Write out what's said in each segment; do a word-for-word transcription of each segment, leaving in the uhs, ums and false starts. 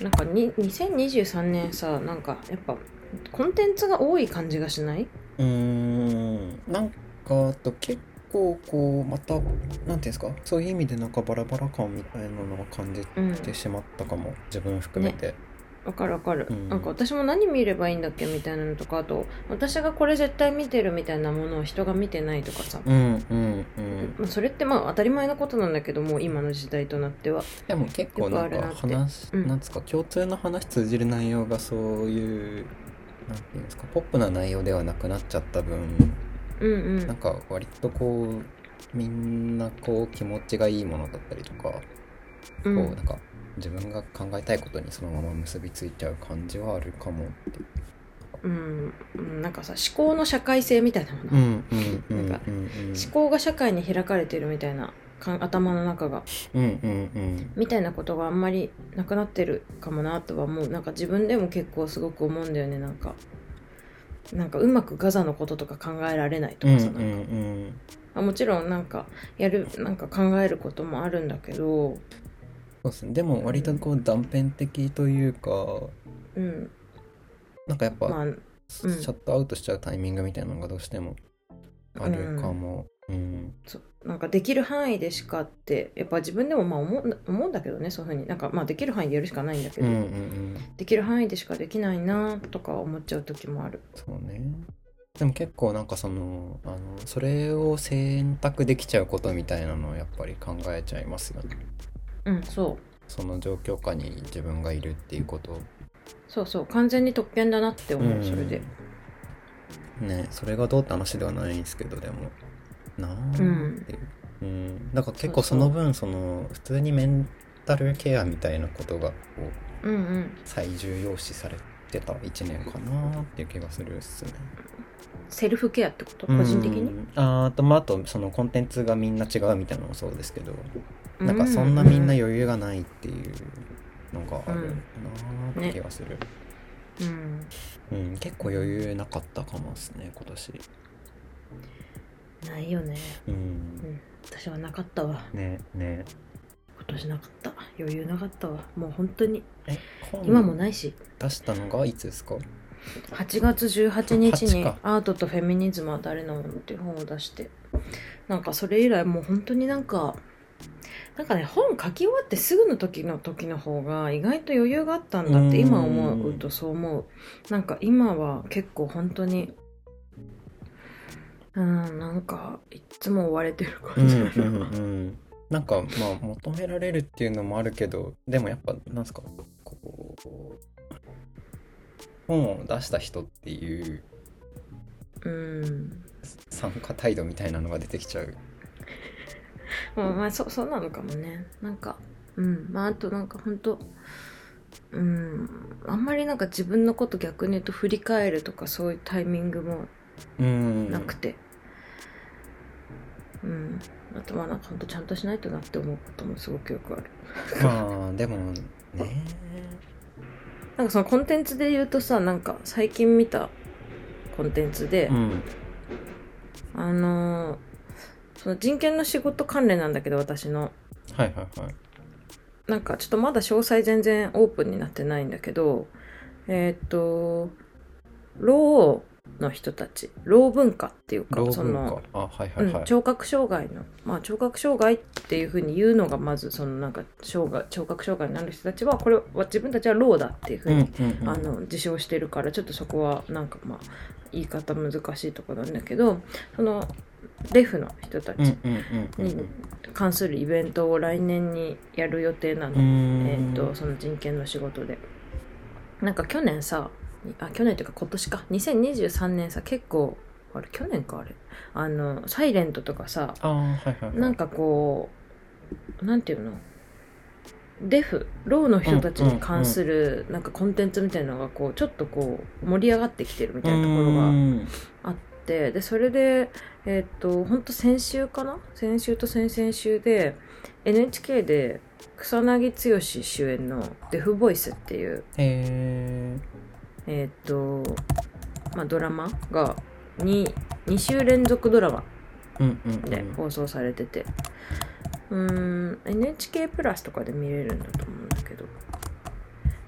なんかににせんにじゅうさんねんさ、なんかやっぱコンテンツが多い感じがしない？ うーん、なんか、あと結構こう、また、なんていうんですか、そういう意味でなんかバラバラ感みたいなのを感じうん。 てしまったかも、自分含めね。 て。 わかるわかる。なんかうん、 私も何見ればいいんだっけみたいなのとか、あと私がこれ絶対見てるみたいなものを人が見てないとかさ。 うん、うん、うん。 まあそれってまあ当たり前のことなんだけども、今の時代となってはでも結よくある構なんかなって。 話、 うん。 なんですか、共通の話通じる内容がそういう、なんていうんですか、ポップな内容ではなくなっちゃった分、 うんうん。 なんか割とこう、みんなこう気持ちがいいものだったりとか、 うん。 こうなんか自分が考えたいことにそのまま結びついちゃう感じはあるかもって。 うん。うん。なんかさ、思考の社会性みたいなもの。 うんうんうなんかんうん思考が社会に開かれてるみたいな、か頭の中が。 うんうんうんみたいなことがあんまりなくなってるかもなとは思う。なんか自分でも結構すごく思うんだよね。なんかなんかうまくガザのこととか考えられないとうんうんうかさ、なんかん。 あもちろんなんかやるなんか考えることもあるんだけど、 そうですね。でも割とこう断片的というか、 うん、 なんかやっぱまあ、うんシャットアウトしちゃうタイミングみたいなのがどうしてもあうるかん、 も。うん。 そうなんかできる範囲でしかってやっぱ自分でもまあ思う思うんだけどね、そういうふうになんかまあできる範囲でやるしかないんだけうんうんど、 うん。 できる範囲でしかできないなとか思っちゃう時もある。 そうね。でも結構なんかその、あの、それを選択できちゃうことみたいなのをやっぱり考えちゃいますよね。 うんそその状況下に自分がいるっていうことを。 うそうそう完全に特権だなってう思う。それでん。ね、それがどうって話ではないんですけど、でも、なあうんっていう。うん。だから結構そそうその分、その、普通にメンタルケアみたいなことが、こう、 ううんうん最重要視されてた一年かなっていう気がするっすね。 セルフケアってことう個人的に？ ん。あーあと、まあ、あと、そのコンテンツがみんな違うみたいなのもそうですけど、 うんなんかそんなみんなうん余裕がないっていうのがあるうんなーってね気がする。 うんうん、結構余裕なかったかもですね、今年。 ないよね。 ううん。 ん私はなかったわ。 ね、ね。 今年なかった。余裕なかったわ。もう本当にえ、 今も本ないし。 出したのがいつですか？ はちがつじゅうはちあ、 にちはちか。 にアートとフェミニズムは誰のものっていう本を出して、なんかそれ以来もう本当になんかなんかね、本書き終わってすぐの時の時の方が意外と余裕があったんうーだって今思うん。 とそう思う。なんか今は結構本当にうんなんかいっつも追われてるうんうん感じあるわ。 うん。なんかまあ求められるっていうのもあるけど、でもやっぱなんすか、こう、本を出した人っていううん参加態度みたいなのが出てきちゃう。 まあ、まあ、そそうなのかもね。なんかうんまああとなんか本当うんあんまりなんか自分のこと逆に言うと振り返るとかそういうタイミングもうーん。 なくて、うんあとまあなんか本当ちゃんとしないとなって思うこともすごくよくある。 まあでもね。 なんかそのコンテンツで言うとさ、なんか最近見たコンテンツで、 うん。 あのーその人権の仕事関連なんだけど私のはいはいはい。 なんかちょっとまだ詳細全然オープンになってないんだけど、えーっとろうの人たち、ろう文化っていうか、その老文化。あ、はいはうん、 いはい。 聴覚障害の、まあ、聴覚障害っていうふうに言うのがまずそのなんか障害聴覚障害になる人たちはこれは自分たちはろうだっていうふうに、 うんうんうん。 あの自称してるからちょっとそこはなんかまあ言い方難しいところなんだけど、そのデフの人たちうんうんうんうんに関するイベントを来年にやる予定なの。 うん。 えー、 うーん。 とその人権の仕事でなんか去年さあ去年というか今年かにせんにじゅうさんねんさ結構あれ去年かあれあのサイレントとかさああ、はいはいはい。 なんかこうなんていうのデフローの人たちに関するなんかコンテンツみたいなのがこうちょっとこう盛り上がってきてるみうたいなところがーん。 あってでそれでえーっとほんと先週かな先週と先々週で エヌエイチケー で草薙剛主演のデフボイスっていうへえーっとまあドラマが 2, 2週連続ドラマー。うんうんうでん。 放送されててうーん エヌエイチケー プラスとかで見れるんだと思うんだけど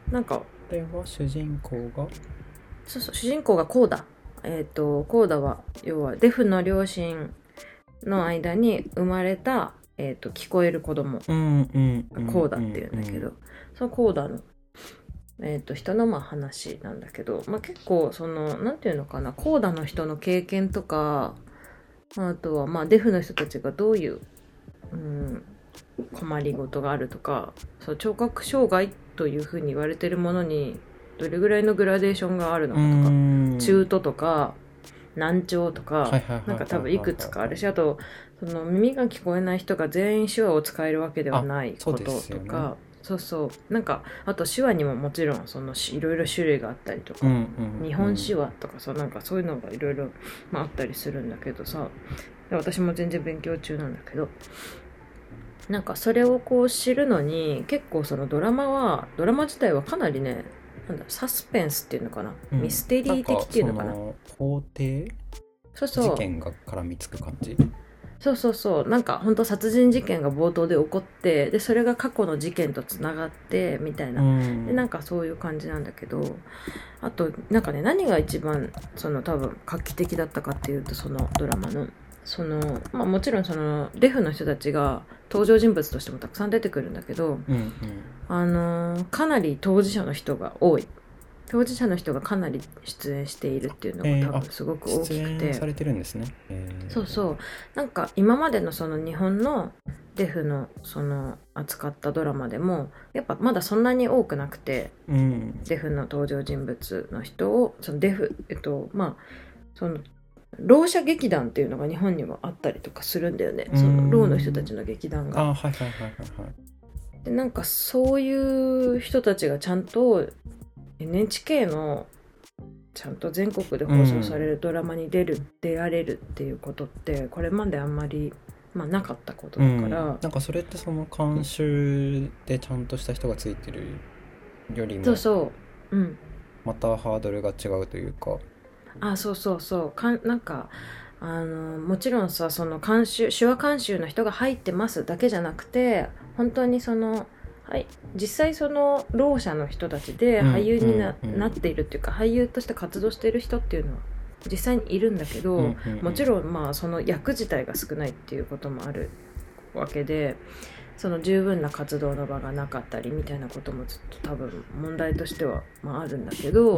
なんかこれは主人公がそうそう主人公がコーダ。えっ、とコーダは要はデフの両親の間に生まれた、えー、と聞こえる子供うんうんうんコーダっていうんだけど、そのコーダの、えー、と人のまあ話なんだけど、まあ、結構そのなんていうのかな、コーダの人の経験とか、あとはまあデフの人たちがどういう、うん、困りごとがあるとか、そう聴覚障害というふうに言われてるものにどれぐらいのグラデーションがあるのかとか、 うん中途とか難聴とか、 はいはいはいはいはいなんか多分いくつかあるし、あとその耳が聞こえない人が全員手話を使えるわけではないこととあそうですよねか、そうそうなんかあと手話にももちろんそのいろいろ種類があったりとか、 うんうんうん日本手話とかさ、なんかそういうのがいろいろあったりするんだけどさ、で私も全然勉強中なんだけど、なんかそれをこう知るのに結構そのドラマはドラマ自体はかなりね、なんだサスペンスっていうのかな、 うんミステリー的っていうのかな、 んかその法廷そうそう事件が絡みつく感じ。 そうそうそう、なんか本当殺人事件が冒頭で起こって、でそれが過去の事件とつながってみたいな、 うんでなんかそういう感じなんだけど、あとなんかね、何が一番その多分画期的だったかっていうと、そのドラマのその、まあ、もちろんそのデフの人たちが登場人物としてもたくさん出てくるんだけど、 うんうんあのーかなり当事者の人が多い。当事者の人がかなり出演しているっていうのえーが多分すごく大出きくて、 演されてるんですね。えーそうそうなんか今までのその日本のデフのその扱ったドラマでもやっぱまだそんなに多くなくて、 うんデフの登場人物の人をそのデフえっとまあそのろう者劇団っていうのが日本にはあったりとかするんだよね、そのろうの人たちの劇団が。 あはいはいはいはいはいでなんかそういう人たちがちゃんと エヌエイチケー のちゃんと全国で放送されるドラマに出る、うん、出られるっていうことってこれまであんまり、まあ、なかったことだから、 うん、なんかそれってその監修でちゃんとした人がついてるよりもそうそううんまたハードルが違うというか、 あそうそうそうかんなんかあのもちろんさ、その監修手話監修の人が入ってますだけじゃなくて、本当にそのはい、実際そのろう者の人たちで俳優に な,、 うんうんうん、 なっているっていうか俳優として活動している人っていうのは実際にいるんだけど、 うんうんうん、 もちろんまあその役自体が少ないっていうこともあるわけで、その十分な活動の場がなかったりみたいなこともずっと多分問題としてはまああるんだけど、 うん、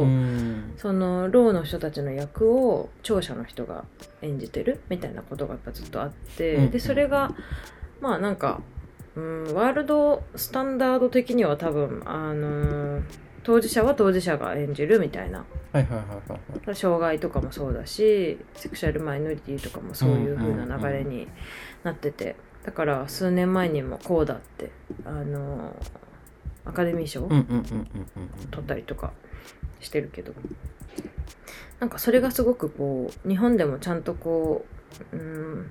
そのろうの人たちの役を聴者の人が演じてるみたいなことがやっぱずっとあって、 うんうん、 でそれがまあなんかうん、ワールドスタンダード的には多分、あのー、当事者は当事者が演じるみたいな、 はいはいはいはい、 障害とかもそうだしセクシャルマイノリティとかもそういう風な流れになってて、だから数年前にもこうだって、あのー、アカデミー賞を取ったりとかしてるけど、なんかそれがすごくこう日本でもちゃんとこううん、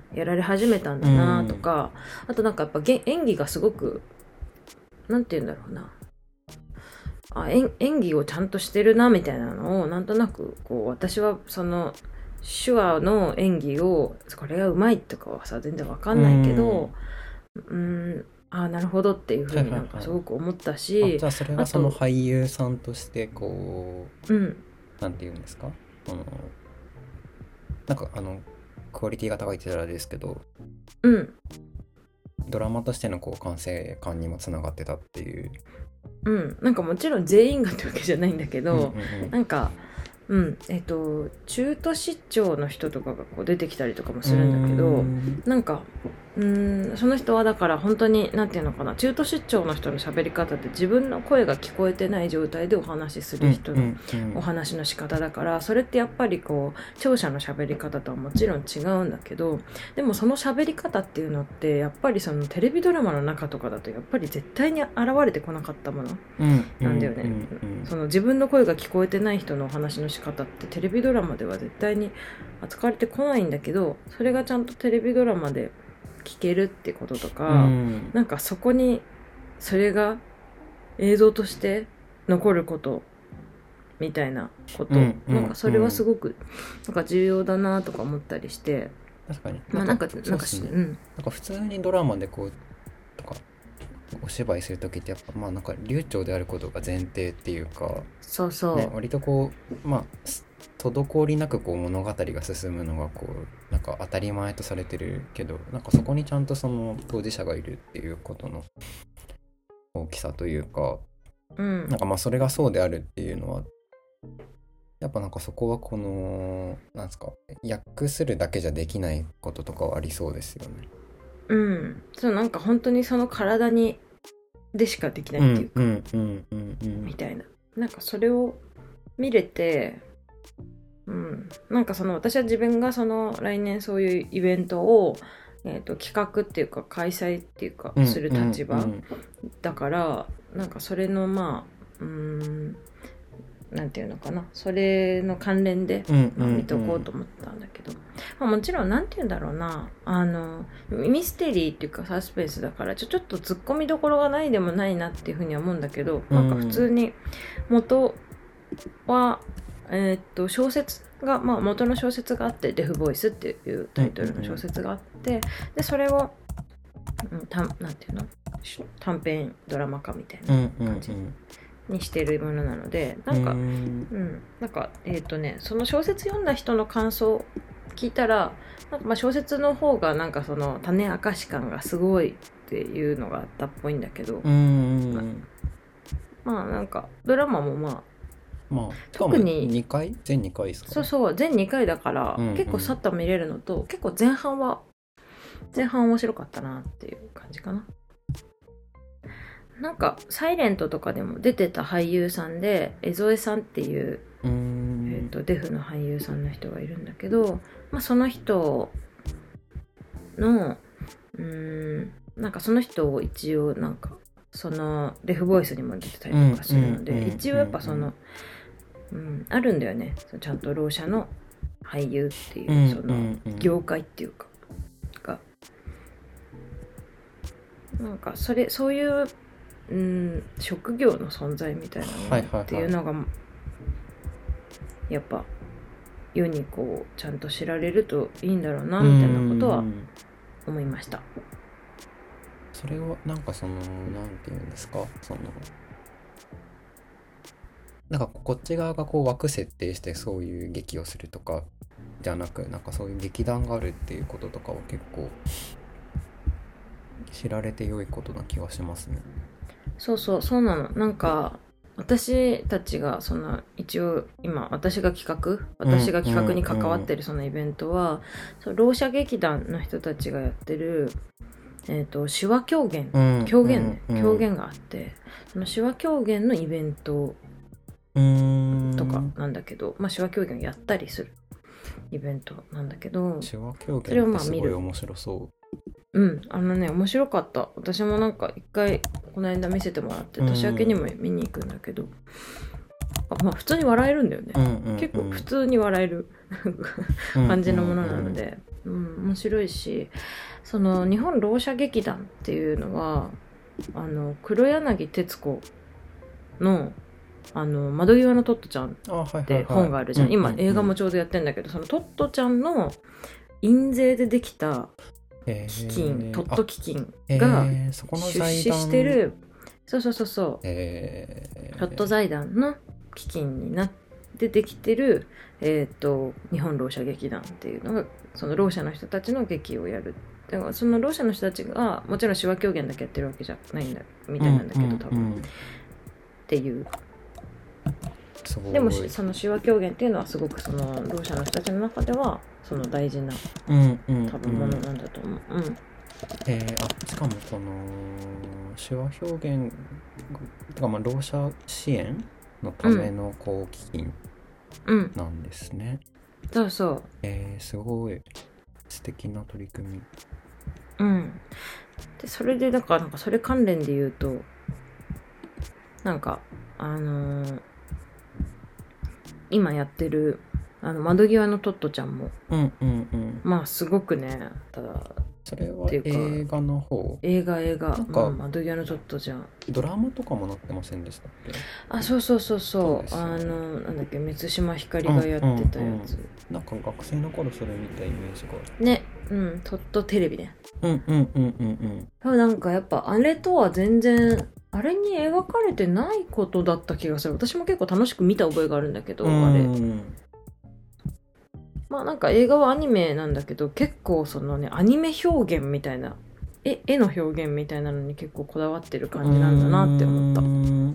やられ始めたんだなとか、うん、あとなんかやっぱ演技がすごくなんて言うんだろうなあ演演技をちゃんとしてるなみたいなのをなんとなくこう私はその手話の演技をこれがうまいとかはさ全然わかんないけど、うん、うんああなるほどっていうふうになんかすごく思ったし、はいはいはい、 じゃあそれはその俳優さんとしてこう、うん、なんて言うんですか、あのなんかあのクオリティが高いって言ったらあれですけど、 うん、 ドラマとしてのこう完成感にもつながってたっていう、 うん、なんかもちろん全員がってわけじゃないんだけど、うんうんうん、なんかうんえっと中途失調の人とかがこう出てきたりとかもするんだけど、んなんかうんその人はだから本当になんていうのかな、中途失調の人の喋り方って自分の声が聞こえてない状態でお話しする人のお話の仕方だから、それってやっぱりこう聴者の喋り方とはもちろん違うんだけど、でもその喋り方っていうのってやっぱりそのテレビドラマの中とかだとやっぱり絶対に現れてこなかったものなんだよね、うんうんうん、その自分の声が聞こえてない人のお話の仕方ってテレビドラマでは絶対に扱われてこないんだけど、それがちゃんとテレビドラマで聞けるってこととか、うん、なんかそこにそれが映像として残ることみたいなこと、うんうん、なんかそれはすごくなんか重要だなとか思ったりして、 確かにまあなんかなんかし、うん、なんか普通にドラマでこうとかお芝居する時ってやっぱまあなんか流暢であることが前提っていうか、 そうそう、 ね、割とこうまあ滞りなくこう物語が進むのがこうなんか当たり前とされてるけど、なんかそこにちゃんとその当事者がいるっていうことの大きさというか、 うんなんかまあそれがそうであるっていうのはやっぱなんかそこはこのなんですか、訳するだけじゃできないこととかはありそうですよね。 うんそうなんか本当にその体にでしかできないっていうか、 うんうんうんうんみたいな、なんかそれを見れて、うん、なんかその私は自分がその来年そういうイベントを、えーと、企画っていうか開催っていうかうんする立場うんうんだから、なんかそれのまあうーんなんていうのかな、それの関連で、 うんうんうんまあ、見とこうと思ったんだけど、まあ、もちろんなんていうんだろうな、あのミステリーっていうかサスペンスだからちょちょっと突っ込みどころがないでもないなっていうふうには思うんだけど、 うんなんか普通に元はえーっと小説が、まあ、元の小説があって、デフボイスっていうタイトルの小説があって、でそれを、うん、たなんていうの短編ドラマ化みたいなうんうん感じにしてるものなので、なんか、 ううんん、なんかえーっとねその小説読んだ人の感想を聞いたら、なんかまあ小説の方がなんかその種明かし感がすごいっていうのがあったっぽいんだけど、 うんうんまあなんかドラマもまあまあ特ににかい全にかいですか？ そうそう全にかいだから、 うんうん結構さっと見れるのと、結構前半は前半面白かったなっていう感じかな。なんかサイレントとかでも出てた俳優さんで江添さんっていう、 うーんえー、とデフの俳優さんの人がいるんだけど、まあ、その人のうーんなんかその人を一応なんかそのデフボイスにも出てたりとかするので、 うんうん一応やっぱその、うん、あるんだよね、ちゃんとろう者の俳優っていう、 うんそのうんうん業界っていうかがなんかそれそういう、うん、職業の存在みたいなはいはいはいのっていうのがやっぱ世にこうちゃんと知られるといいんだろうなみたいなことはうん思いました。 それをなんかそのなんていうんですか、そのなんかこっち側がこう枠設定してそういう劇をするとかじゃなく、なんかそういう劇団があるっていうこととかは結構知られて良いことな気がしますね。 そうそうそうなの。なんか私たちがその一応今私が企画私が企画に関わってるそのイベントは、そうろう者劇団の人たちがやってる、えー、と手話狂言うん狂言ね、 うんうん狂言があって、その手話狂言のイベントうーんとかなんだけど、まあ手話狂言をやったりするイベントなんだけど、 手話狂それを言ってすまあ見るごい面白そうんあのね面白かった。私もなんか一回この間見せてもらって年明けにも見に行くんだけど、あまあ普通に笑えるんだよね、 う、うんうんうん、 結構普通に笑える感じのものなので、うんうんうん、面白いし、その日本ろう者劇団っていうのはあの黒柳徹子のあの窓際のトットちゃんって本があるじゃん、今映画もちょうどやってんだけど、そのトットちゃんの印税でできた基金、トット基金が出資してる、そうそうそうそう、 えー、 トット財団の基金になってできてる、えー、と日本ろう者劇団っていうのがそのろう者の人たちの劇をやる。だからそのろう者の人たちがもちろん手話狂言だけやってるわけじゃないんだみたいなんだけど、 うんうんうん、 多分っていう。 すごい。 でもその手話狂言っていうのはすごくそのろう者の人たちの中ではその大事なうんうんうん、 多分ものなんだと思う。うん、うんえー、あしかもこの手話表現とかまあろう者支援のためのこう基金なんですね。 うん、そうそう。 えー、すごい素敵な取り組み。 うん。でそれでだからなんかそれ関連で言うとなんかあのー、今やってるあの窓際のトットちゃんも、 うんうんうん、 まあすごくね、ただそれは映画の方映画映画なんか、 うん、窓際のトットちゃんドラマとかもなってませんでしたっけ？ あ、そうそうそうそう、 そうあのなんだっけ、満島ひかりがやってたやつ、 うんうんうん、なんか学生の頃それ見たイメージがね、 うん、トットテレビね。 うんうんうんうんうん。 多分なんかやっぱあれとは全然、あれに描かれてないことだった気がする。私も結構楽しく見た覚えがあるんだけど、あれ。まあなんか映画はアニメなんだけど、結構そのね、アニメ表現みたいな、絵絵の表現みたいなのに結構こだわってる感じなんだなって思った。 うん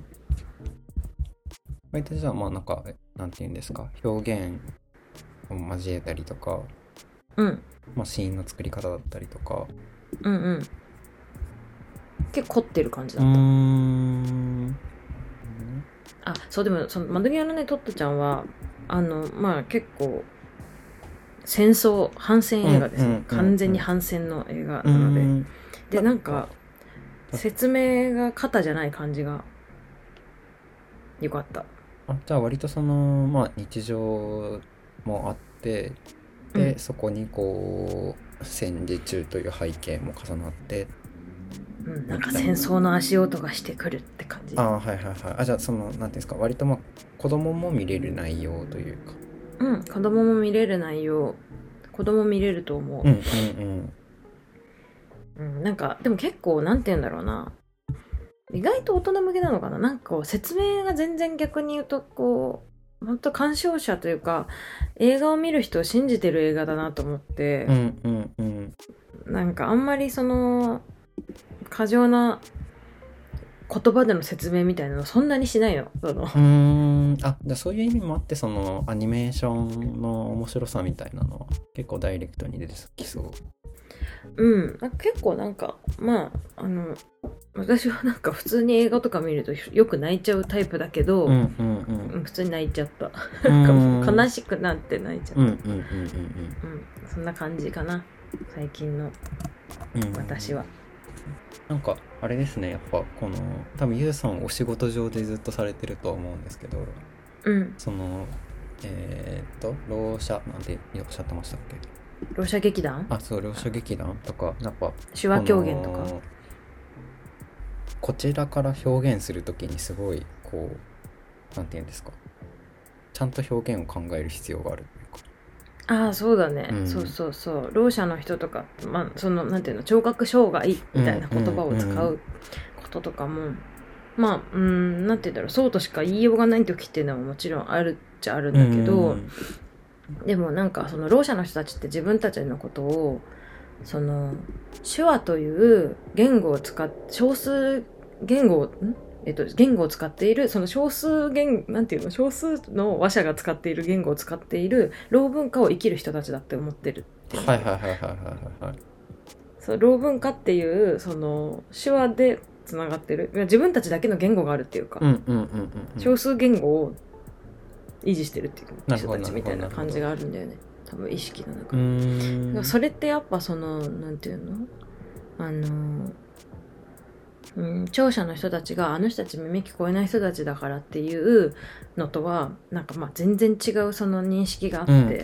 割とじゃあまあなんか、なんていうんですか、表現を交えたりとか、 うん。 まあシーンの作り方だったりとか。 うんうん。結構凝ってる感じだうーった。 ん。 あ、そうでも、その窓際のね、トットちゃんは、あの、まあ結構、戦争、反戦映画ですね。 うんうんうんうん完全に反戦の映画なので。 うんで、なんか、説明が肩じゃない感じが、よかった。 あ、じゃあ割とその、まあ日常もあって、で、 うんそこにこう、戦時中という背景も重なって、 うん、なんか戦争の足音がしてくるって感じ。 ああ、はいはいはい。あ、じゃあその、なんていうんですか、割とまあ、子供も見れる内容というか。 うん、子供も見れる内容、子供見れると思う。 うんうんうん、なんか、でも結構、なんて言うんだろうな。意外と大人向けなのかな。なんかこう、説明が全然逆に言うと、こう、本当鑑賞者というか、映画を見る人を信じてる映画だなと思って、 うんうんうんなんかあんまりその、過剰な言葉での説明みたいなのそんなにしないの。そのうーん。あ、じゃあそういう意味もあって、そのアニメーションの面白さみたいなのは結構ダイレクトに出てきそう。 うん。なんか結構なんか、まあ、あの、私はなんか普通に映画とか見るとよく泣いちゃうタイプだけど、 うんうんうん。 普通に泣いちゃった。 うなんかん悲しくなって泣いちゃった。 うんうんうんうんうん、そんな感じかな。最近のうん。 私は。 なんかあれですね、やっぱこの多分ゆうさんお仕事上でずっとされてるとは思うんですけど、 うん。 そのえーっとろう者なんておっしゃってましたっけ？ ろう者劇団？ あ、そう、ろう者劇団とかやっぱ手話狂言とか。 このこちらから表現するときにすごいこうなんていうんですか、ちゃんと表現を考える必要があるというか。 ああ、そうだね、 うん、 そうそうそう。ろう者の人とか、まあ、その、なんていうの、聴覚障害みたいな言葉を使うこととかも、うんうんうん、まあ、うん、なんていうんだろう、そうとしか言いようがない時っていうのももちろんあるっちゃあるんだけど、 うんでもなんか、その、ろう者の人たちって自分たちのことを、その、手話という言語を使って、少数言語を、んえっと、言語を使っている、その少数言、なんていうの、少数の話者が使っている言語を使っている、ろう文化を生きる人たちだって思ってるっていう。 はいはいはいはいはいはい。 そう、ろう文化っていう、その、手話でつながってる。自分たちだけの言語があるっていうか、 うんうんうんうん、うん。 少数言語を維持してるっていう人たちみたいな感じがあるんだよね。多分意識の中に。それってやっぱその、なんていうのあの、うん、聴者の人たちがあの人たち耳聞こえない人たちだからっていうのとはなんかまあ全然違うその認識があって、うんうんうん、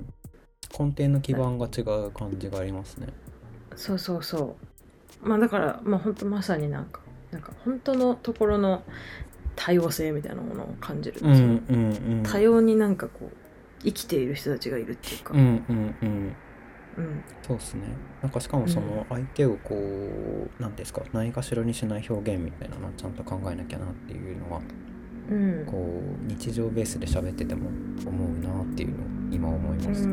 根底の基盤が違う感じがありますね。 そうそうそう。まあだからまあ本当まさになんかなんか本当のところの多様性みたいなものを感じる、うんうんうん、多様になんかこう生きている人たちがいるっていうか、うんうんうんうん、そうですね。なんかしかもその相手をこう何ですか、ないがしろにしない表現みたいなのをちゃんと考えなきゃなっていうのは、うん、こう日常ベースで喋ってても思うなっていうのを今思います。 うん、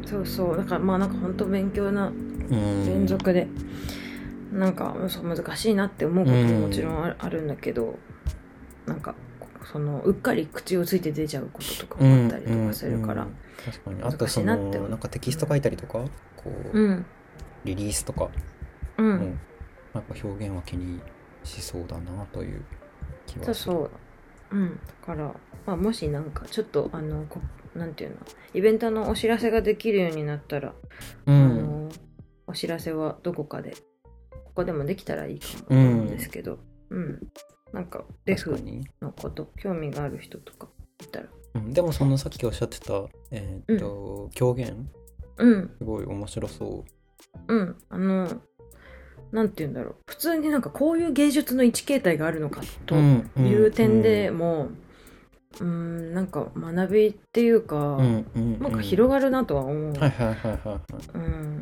そうそう。だからまあなんか本当勉強な連続で、うん、なんかそう難しいなって思うことももちろんあるんだけど、うん、なんかそのうっかり口をついて出ちゃうこととかもあったりとかするから、うんうんうん、 確かに。あとそのなんかテキスト書いたりとか、うん、こう、うん、リリースとか、うん、やっぱ表現は気にしそうだなという気はする。 そうそう、うん、だから、まあ、もしなんかちょっとあのこなんていうのイベントのお知らせができるようになったら、うん、あのお知らせはどこかでここでもできたらいいかもと思うんですけど、うん、うん、なんかデフのこと興味がある人とかいたら、 うん、でもそのさっきおっしゃってた、えー、っと、うん、狂言、 うん、 すごい面白そう。 うん、あのなんて言うんだろう、普通になんかこういう芸術の一形態があるのかという点でも、 うんなんか学びっていうか、 うんうんうん、 なんか広がるなとは思う。 はいはいはいはいはい。 うん、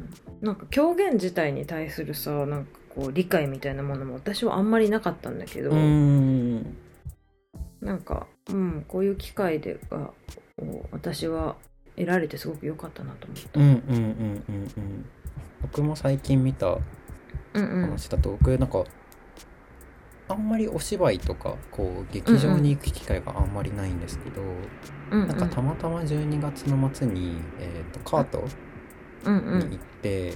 なんか狂言自体に対するさなんかこう理解みたいなものも私はあんまりなかったんだけど、 うーんなんか、うん、こういう機会でが私は得られてすごく良かったなと思った。 うんうんうんうんうん。僕も最近見たうんうん話だと、僕なんかあんまりお芝居とかこう劇場にうんうん行く機会があんまりないんですけど、 うんうんなんかたまたまじゅうにがつの末に、えー、とカートうんうんに行って、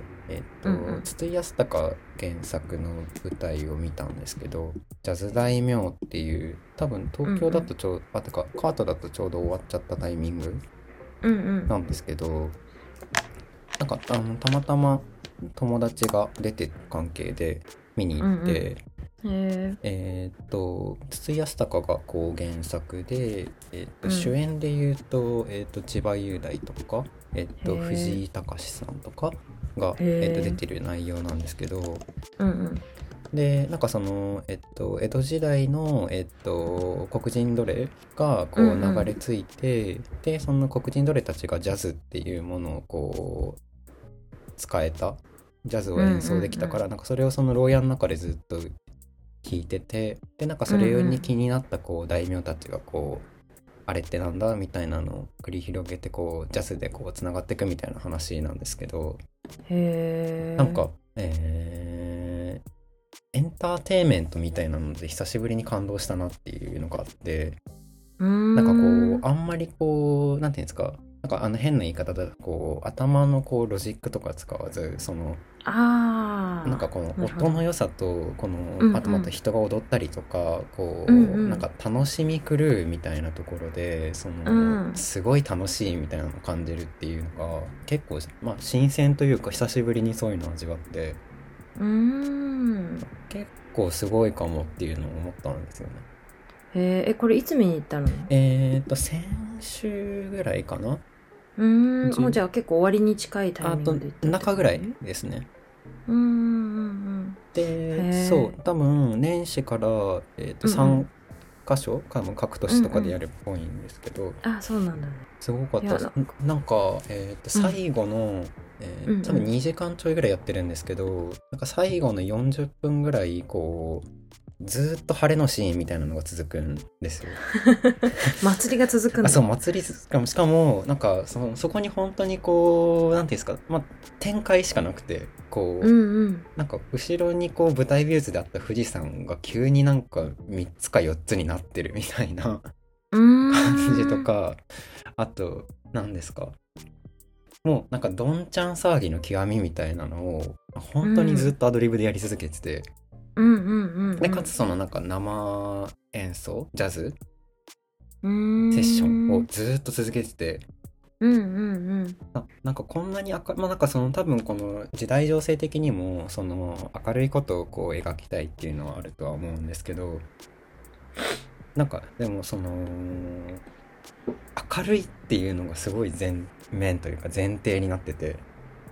えー、 うんうとん筒井康隆原作の舞台を見たんですけど、ジャズ大名っていう、多分東京だとちょう、あ、てかカートだとちょうど終わっちゃったタイミングうんうんなんですけど、なんかあのたまたま友達が出てる関係で見に行っうんうんて、 へええーっと筒井康隆がこう原作で、えーっと主うん演で言うと、えーっと千葉雄大とか、えーっとへ藤井隆さんとかが、えーっと出えへえてる内容なんですけど、 うんうんでなんかその、えっと、江戸時代の、えっと、黒人奴隷がうんこう流れうん着いて、でその黒人奴隷たちがジャズっていうものをこう使えた、ジャズをうんうん演奏できたから、なんかそれをその牢屋の中でずっと弾いてて、でなんかそうんうれにん気になったこう大名たちがこうあれってなんだみたいなのを繰り広げて、こうジャズでこうつながっていくみたいな話なんですけど、 へえなんかえーエンターテインメントみたいなので久しぶりに感動したなっていうのがあって、 うーなんかこんうあんまりこうなんていうんですか、なんかあの変な言い方だとこう頭のこうロジックとか使わず、そのなんかあこのあなるほど音の良さと、このうんあとまた人が踊ったりとか、こうんうなんうんか楽しみ狂うみたいなところで、そうのんすごい楽しいみたいなのを感じるっていうのが結構、まあ、新鮮というか久しぶりにそういうのを味わって、 うーん結構すごいかもっていうのを思ったんですよね。 へええこれいつ見に行ったの？ えーと先週ぐらいかな。 うーんもうじじゃあ結構終わりに近いタイあとミングで行ったって中ぐらい感じ？ ですね。 うんうんうんで、そへう、多分年始から、えーとえうんうんさん箇所、多分各都市とかでやるっぽいんですけど、 あそうなんだねすごかったです。 いやなんなんか、えーとうん最後の、えーうんうん多分にじかんちょいぐらいやってるんですけど、なんか最後のよんじゅっぷんぐらい、こう、ずーっと晴れのシーンみたいなのが続くんですよ。 祭りが続くんあ、 だ。 そう、祭りしかも、しかも、なんかその、そこに本当にこう、なんていうんですか、まあ、展開しかなくて、こうう、 んうんなんか後ろにこう舞台美術であった富士山が急になんかみっつかよっつになってるみたいなうー感じとんか、あと、何ですか、もうなんかどんちゃん騒ぎの極みみたいなのを、本当にずっとアドリブでやり続けてて、 うんうんうんうんで、かつそのなんか生演奏、ジャズ、 うーんセッションをずっと続けてて、 うんうんうんな、なんかこんなに明る、まあなんかその多分この時代情勢的にもその明るいことをこう描きたいっていうのはあるとは思うんですけど、なんかでもその明るいっていうのがすごい前面というか前提になってて、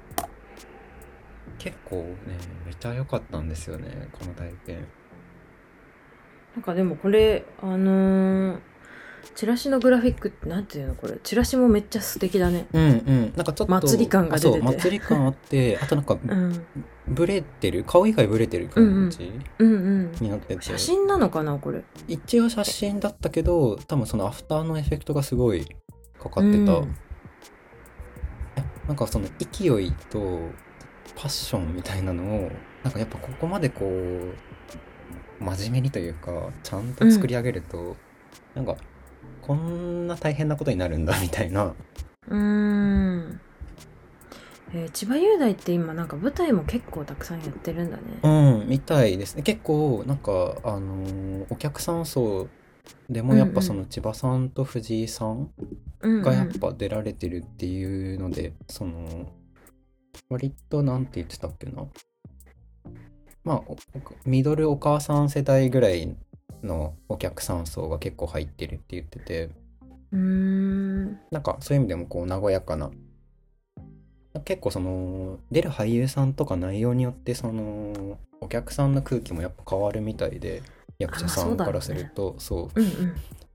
結構ねめちゃ良かったんですよね、この体験。 なんかでもこれあのーチラシのグラフィックってなんていうのこれチラシもめっちゃ素敵だね。 うんうん、なんかちょっと祭り感が出ててあ、そう祭り感あって、あとなんかうんブレてる、顔以外ブレてる感じうんうんになってて、 写真なのかなこれ。 一応写真だったけど、多分そのアフターのエフェクトがすごいかかってた、 うんえなんかその勢いとパッションみたいなのを、なんかやっぱここまでこう真面目にというかちゃんと作り上げると、なんかこんな大変なことになるんだみたいな。 うーんえー千葉雄大って今なんか舞台も結構たくさんやってるんだね。 うんみたいですね。結構なんかあのーお客さん層でもやっぱその千葉さんと藤井さんうんうんがやっぱ出られてるっていうので、その割となんて言ってたっけな、まあおミドルお母さん世代ぐらいのお客さん層が結構入ってるって言ってて、 うーんなんかそういう意味でもこう和やかな、結構その出る俳優さんとか内容によってそのお客さんの空気もやっぱ変わるみたいで、役者さんからすると、そううんうん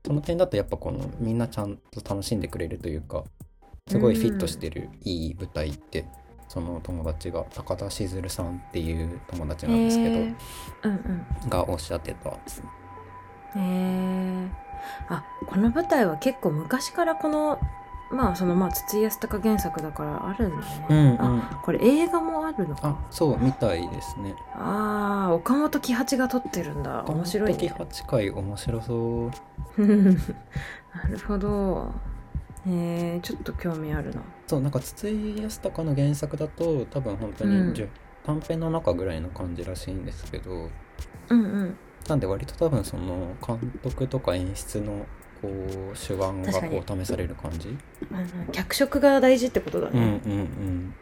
その点だとやっぱこのみんなちゃんと楽しんでくれるというか、すごいフィットしてるいい舞台って、その友達が高田しずるさんっていう友達なんですけど、 うんうん、 がおっしゃってた。 へえ。あ、この舞台は結構昔からこのまあそのまあ筒井康隆原作だからあるんだね。 うんうん、 あ、これ映画もあるのか。 あ、そうみたいですね。 ああ、岡本喜八が撮ってるんだ。面白いね。 岡本喜八回面白そう。 なるほど。えー、ちょっと興味あるな。 そう、なんか筒井康隆の原作だと多分本当に、うん、短編の中ぐらいの感じらしいんですけど、 うんうん、 なんで割と多分その監督とか演出のこう手腕がこう試される感じ。 脚色が大事ってことだね。 うんうんうん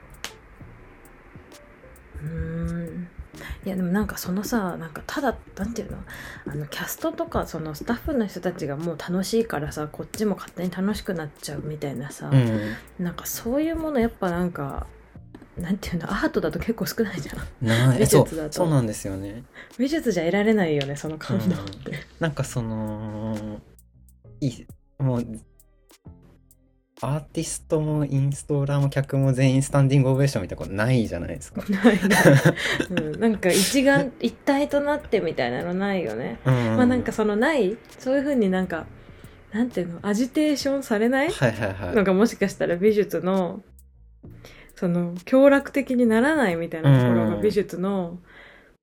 うーん。いやでもなんかそのさ、なんかただなんていうの、あのキャストとかそのスタッフの人たちがもう楽しいからさ、こっちも勝手に楽しくなっちゃうみたいなさ、うん、なんかそういうものやっぱなんかなんていうの、アートだと結構少ないじゃん。 な美術だと。そう、そうなんですよね。 美術じゃ得られないよね、その感動って。うん、 なんかそのいいもうアーティストもインストーラーも客も全員スタンディングオベーションみたいなことないじゃないですか。ないない、うん、なんか一丸一体となってみたいなのないよね。うん、まあなんかそのないそういう風になんかなんていうのアジテーションされない、はいはいはい、なんかもしかしたら美術のその協力的にならないみたいなところが美術の、うん、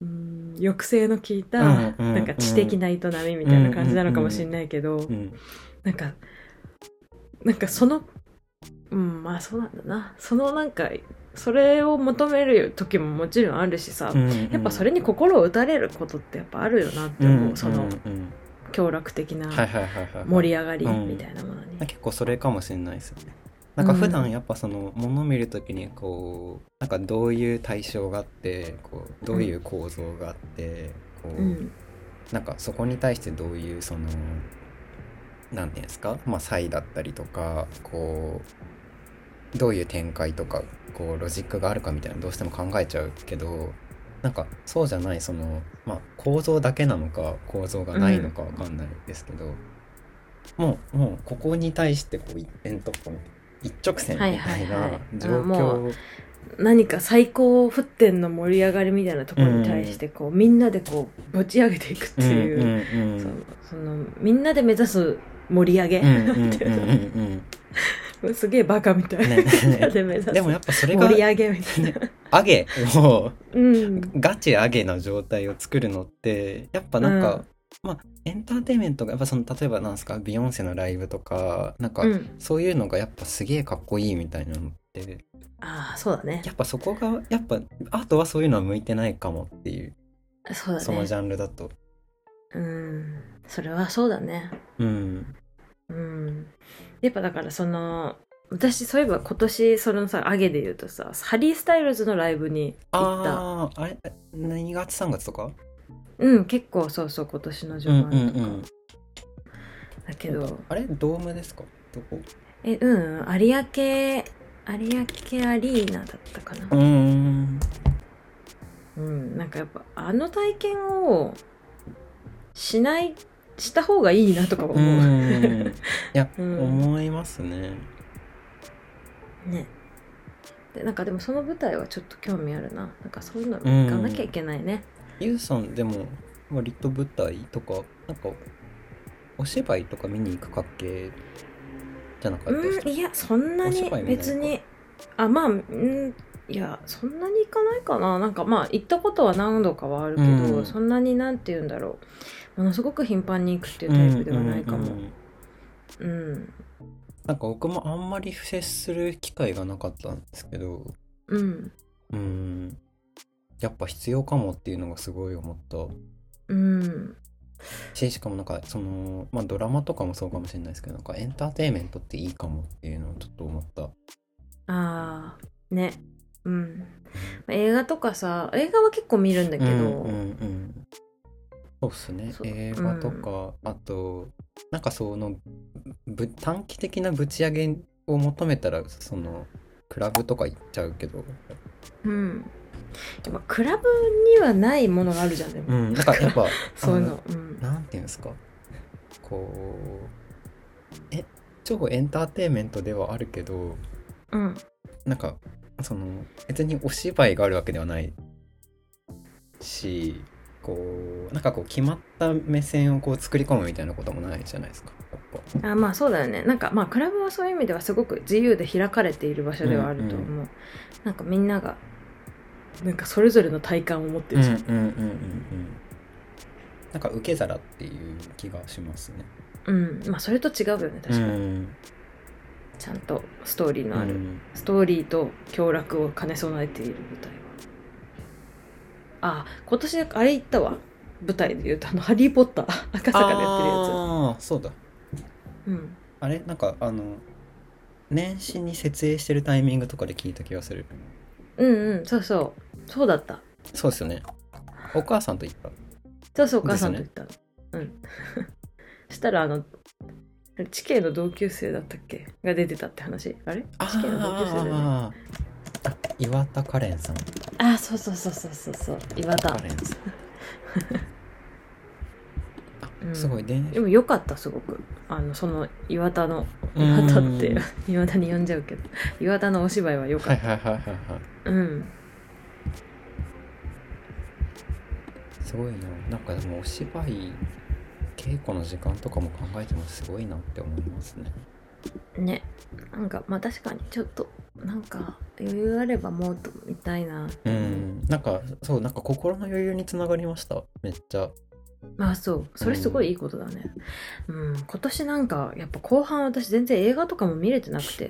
抑制の効いた、うんうん、なんか知的な営みみたいな感じなのかもしれないけど、うんうんうん、なんかなんかそのうんまあそうなんだな、そのなんかそれを求める時ももちろんあるしさ、うんうん、やっぱそれに心を打たれることってやっぱあるよなって思う、うんうん、その協力的な盛り上がりみたいなものに、 結構それかもしれないですよね。なんか普段やっぱそのものを見るときにこうなんかどういう対象があってこうどういう構造があってこう、うん、なんかそこに対してどういうそのなんていうんですか、まあ差異だったりとかこうどういう展開とかこうロジックがあるかみたいなどうしても考えちゃうけど、なんかそうじゃないそのまあ構造だけなのか構造がないのかわかんないですけど、うん、もうもうここに対してこう一辺突破みたいな一直線みたいな状況、はいはいはい、 何か最高沸点の盛り上がりみたいなところに対してこう、うん、みんなでこうぶち上げていくっていう、うんうんうん、そのそのみんなで目指す盛り上げ、うんうんうんうん、すげえバカみたいな、ね、みんなで目指すでもやっぱそれが盛り上げみたいな、ね、 上げを、うん、ガチ上げの状態を作るのってやっぱなんか、うんまあ、エンターテインメントがやっぱその例えばなんですかビヨンセのライブとかなんかそういうのがやっぱすげえかっこいいみたいなのって、うん、 ああそうだね、 やっぱそこがやっぱアートはそういうのは向いてないかもっていう、 そうだね、 そのジャンルだとうんそれはそうだねうんうんやっぱだからその私そういえば今年そのさアゲで言うとさハリー・スタイルズのライブに行った。 あああれにがつさんがつとかうん結構そうそう今年の序盤とか、うんうんうん、だけどあれドームですかどこえうん有明有明アリーナだったかな。うーんうんなんかやっぱあの体験をしないした方がいいなとか思う。うんいや、うん、思いますね。 ねでなんかでもその舞台はちょっと興味あるな。なんかそういうの行かなきゃいけないね。 ゆうさんでも割と舞台とかなんかお芝居とか見に行く関係じゃなかったですか？ うんいやそんなに別にあまあうんいやそんなに行かないかな。なんかまあ行ったことは何度かはあるけど、うん、そんなになんて言うんだろうものすごく頻繁に行くっていうタイプではないかも。うん、うんうん、 なんか僕もあんまり接する機会がなかったんですけど、うん、うんやっぱ必要かもっていうのがすごい思った。うん。し、しかもなんかそのまあドラマとかもそうかもしれないですけど、なんかエンターテインメントっていいかもっていうのをちょっと思った。ああね、うん。映画とかさ、映画は結構見るんだけど。うんうんうん。 そうっすね。映画とか、うん、あとなんかそのぶ短期的なぶち上げを求めたらそのクラブとか行っちゃうけど。うん。やっぱクラブにはないものがあるじゃん。でも、うん、なんかやっぱそういうの、うん、なんていうんですかこうえ超エンターテインメントではあるけど、 うん、 なんかその別にお芝居があるわけではないし、こうなんかこう決まった目線をこう作り込むみたいなこともないじゃないですか、やっぱ。 あ、まあそうだよね。なんかまあクラブはそういう意味ではすごく自由で開かれている場所ではあると思う、 うんうん、 なんかみんながなんかそれぞれの体感を持ってるじゃん、 うんうんうんうんうん、なんか受け皿っていう気がしますね。 うん、まあそれと違うよね、確かに、 うん、 ちゃんとストーリーのある、 うん、 ストーリーと協楽を兼ね備えている舞台は、あ、今年あれ行ったわ、舞台で言うとあのハリーポッター赤坂でやってるやああそうだ、 つ、うん、 あれなんかあの年始に設営してるタイミングとかで聞いた気がする。 うんうん、そうそうそうだった、 そうですよね。お母さんと行った。 そうそう、お母さんと言ったの、うんしたらあの地形の同級生だったっけが出てたって話、あれ地形の同級生だよね、 ああ、岩田カレンさん。 ああ、そうそうそうそうそうそう岩田、 カレンさん。 うん、 すごいね。 でも良かった、すごくあのその岩田の岩田って岩田に呼んじゃうけど岩田のお芝居は良かった。 はいはいはいはいはい。 うん。 すごいな。なんかでもお芝居稽古の時間とかも考えてもすごいなって思いますね。 ね、なんかまあ確かにちょっとなんか余裕あればもっと見たいなってう思う。 ん。なんかそうなんか心の余裕につながりました。めっちゃ。 まあそうそれすごいいいことだね。うん、今年なんかやっぱ後半私全然映画とかも見れてなくて、 うん。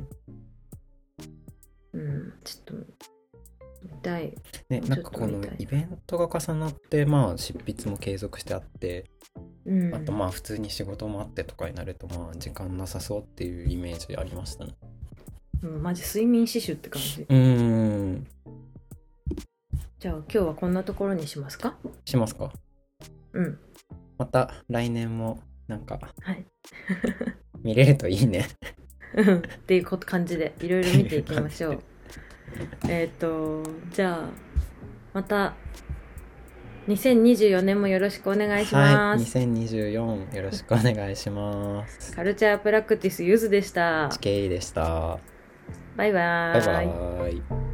うん、ちょっと見たい。 ね、なんかこのイベントが重なってまあ執筆も継続してあって、 うん、 あとまあ普通に仕事もあってとかになるとまあ時間なさそうっていうイメージありましたね。 うん、マジ睡眠死守って感じ。 うーん。 じゃあ今日はこんなところにしますか。 しますか。 うん。 また来年もなんかはい見れるといいねっていうこと感じでいろいろ見ていきましょう。えっとじゃあまたにせんにじゅうよねんもよろしくお願いします。はい、 にせんにじゅうよんよろしくお願いします。 カルチャープラクティスゆずでした。 チケイでした。 バイバーイ。 バイバーイ。